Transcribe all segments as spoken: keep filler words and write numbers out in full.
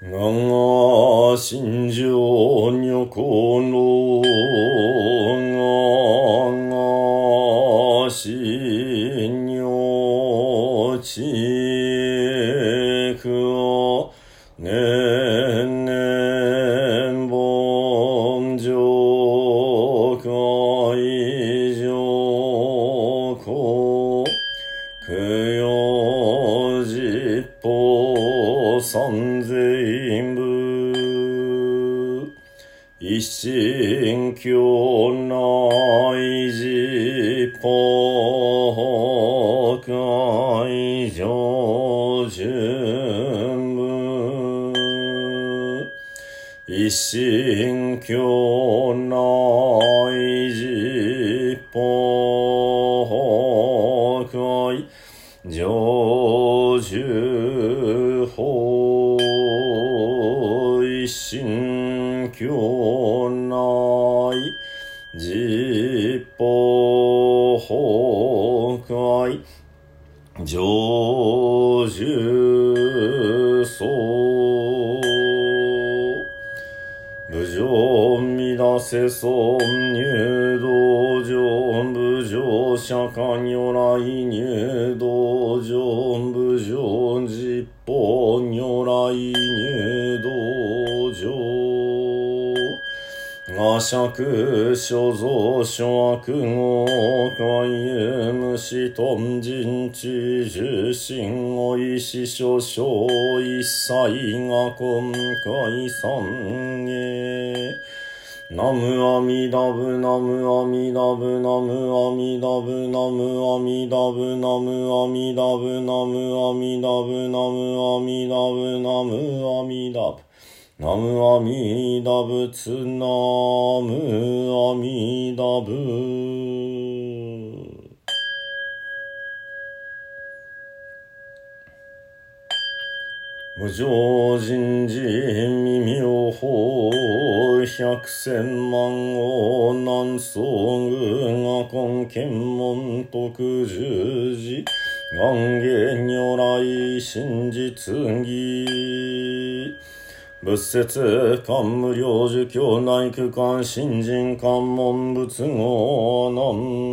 我が心情女子の我が心女地区を年々盆上海上公供養実法三千部一心教内実法会上順部一心教内実法会上十法一心教内実法会上十相無常乱せ尊入道場無常釈迦如来入道場無常実法如来入道場我釈所蔵諸悪業海遊無視頓人知受信おいし少々一切が今回三へナムアミダブナムアミダブナムアミダブナムアミダブナムアミダブナムアミダブナムアミダブナムアミダブナムアミダブツナムアミダブ無常人事未妙法百千万王南宋軍が根検門徳十字願言如来真実義仏説官無量寿教内区間新人関門仏語南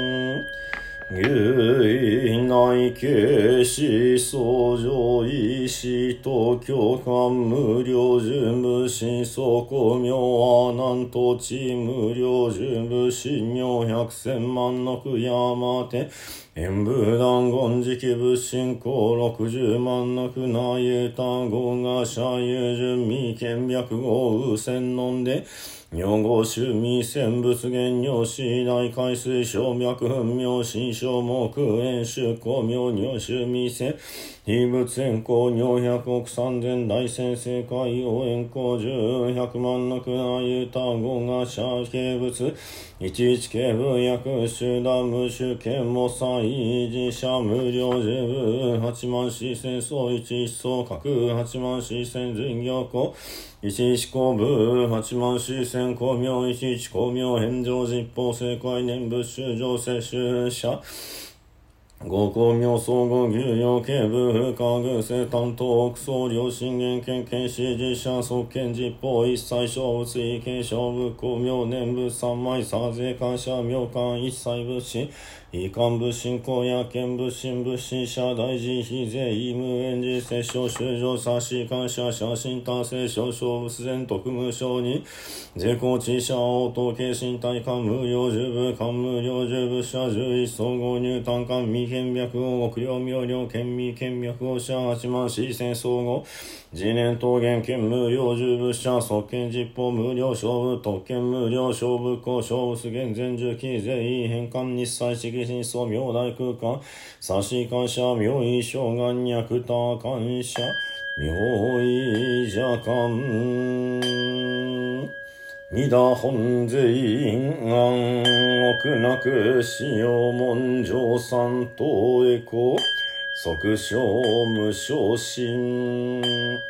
唯内慶思想上意志東京間無量寿無心相公明阿南土地無量寿無心妙百千万の九山天演武断言時期仏信仰六十万の九内へ単語が社有順未見白語右旋論で女語趣味戦仏言尿子大海水小脈分妙心小木炎出光明尿趣味戦非仏円光尿百億三千大先生海洋円光十百万の九内へ単語が社慶仏一一系部薬集団無種剣も祭維持者無料十部八万四千総一一総格八万四千人行庫一一公部八万四千公明一一公明返上実法正解念仏修上摂取者五公明総合牛用警部科具生担当奥総領信玄権権士実者即権実法一切小物意見小部公明念仏三枚差税感謝妙感一切物資遺憾物信公や見物信物信者大事非税意無縁事摂生修上差し感謝写真達成少々仏前特無承認税公知者応答形身体官無料十部官無料十部者十一総合入単官未見白号極量妙量県未見白号者八万四千総合次年桃源県無料十部者即権実法無料勝負特権無料勝負公勝負減前重機税意返還日際式真相明大空間差し感謝妙意障眼脈多感謝妙意邪感二打本税案奥なく使用文上三等エコ即小無昇進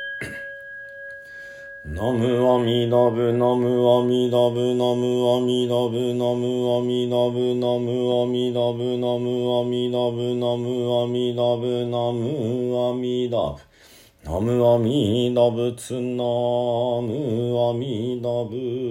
ナムアミダブナムアミダブナムアミダブナムアミダブナムアミダブナムアミダブナムアミダブナムアミダブナムアミダ仏ナムアミダ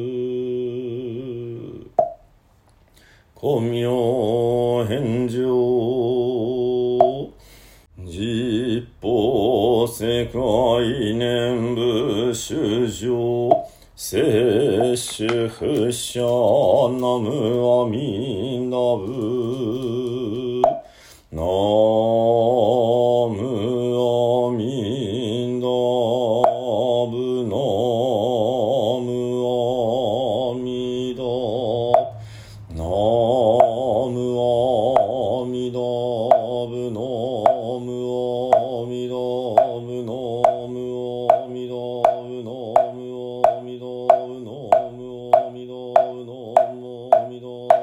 仏光明返上十方世界念仏主上摂取不捨ナムアミダ仏ナムアミダ仏ナムアミダナムアミダ仏ナムアミダ仏ナムアミダ仏ナムアミダ仏ナムアミダ仏ナムアミダ仏ナムアミダ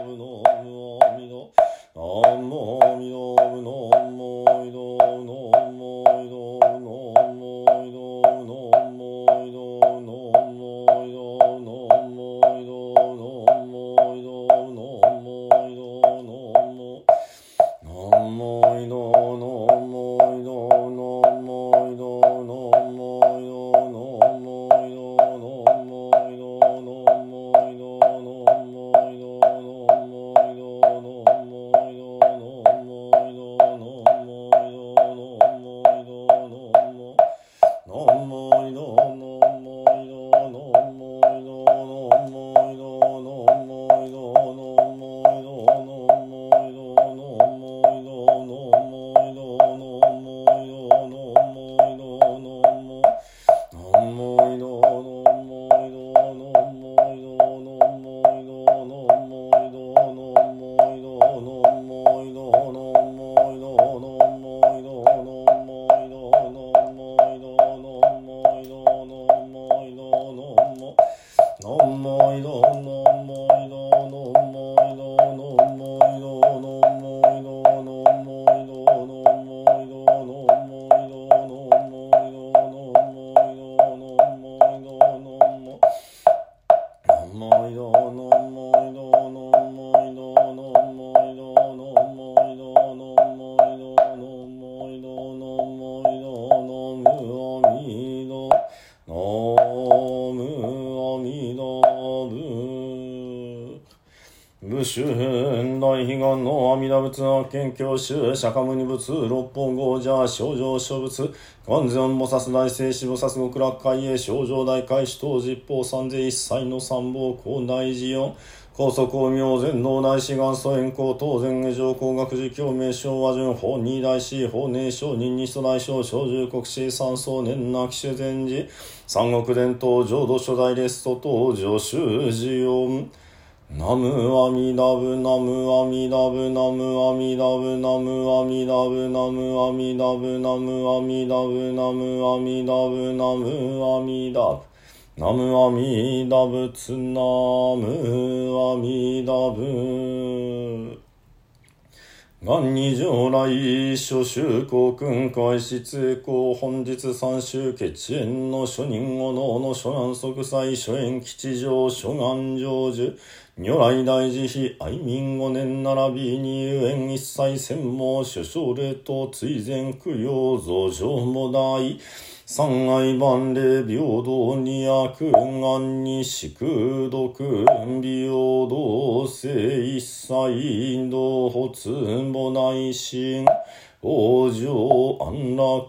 武州変大悲願の阿弥陀仏悪見教主釈迦牟尼仏六方豪者正常諸仏観世音菩薩大聖子菩薩極楽海へ正常大海主等十方三世一切の三宝広大寺四高祖光明全能大師元祖円光当然下上皇学寺教名称和順法二大師法寧上人二祖大将小十国師三宗年那紀主禅寺三国伝統浄土初代レスト等上修寺音ナムアミダブナムアミダブナムアミダブナムアミダブナムアミダブナムアミダブナムアミダブナムアミダブナムアミダブツナムアミダブ元二上来諸州公君開始通行本日三州決縁の諸人おのおの諸南即祭諸縁吉祥諸願成就如来大慈悲愛民五年並びに有縁一切専門諸奨礼と追善供養増上も大三愛万礼平等二悪願に宿毒平等性一切道発母内心往生安楽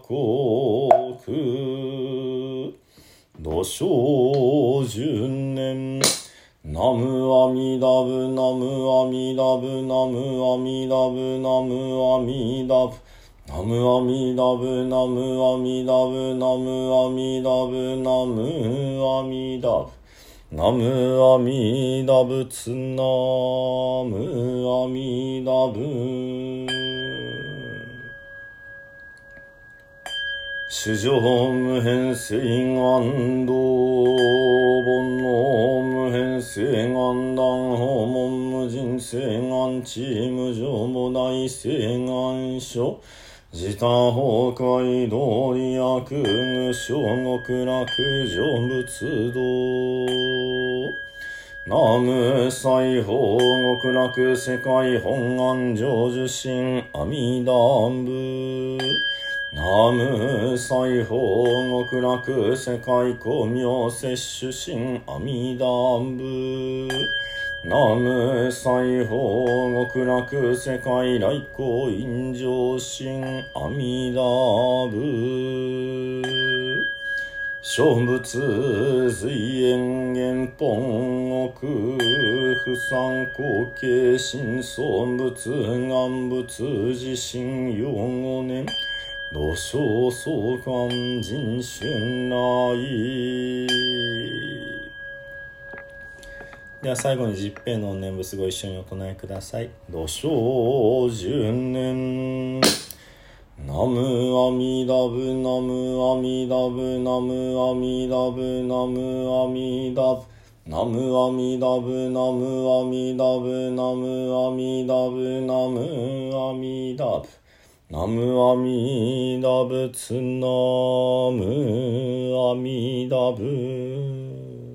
国土生十年ナムアミダブナムアミダブナムアミダブナムアミダブナムアミダブナムアミダブナムアミダブナムアミダブナムアミダブツナムアミダブ主上無変性願道煩悩無変性願断訪問無人性願地無常も大性願書自他崩壊道理悪無小極楽成仏道南無西方極楽世界本願成就心阿弥陀仏ナム西方極楽世界光明摂取心阿弥陀仏。ナム西方極楽世界来光陰上心阿弥陀仏。小仏随縁元本奥不散後継心相仏願仏自身用五年土生相関人春来。では最後に十平の念仏ご一緒にお唱えください。土生十年ナムアミダブナムアミダブナムアミダブナムアミダブナムアミダブナムアミダブナムアミダブナムアミダブナムアミダブツナムアミダブ。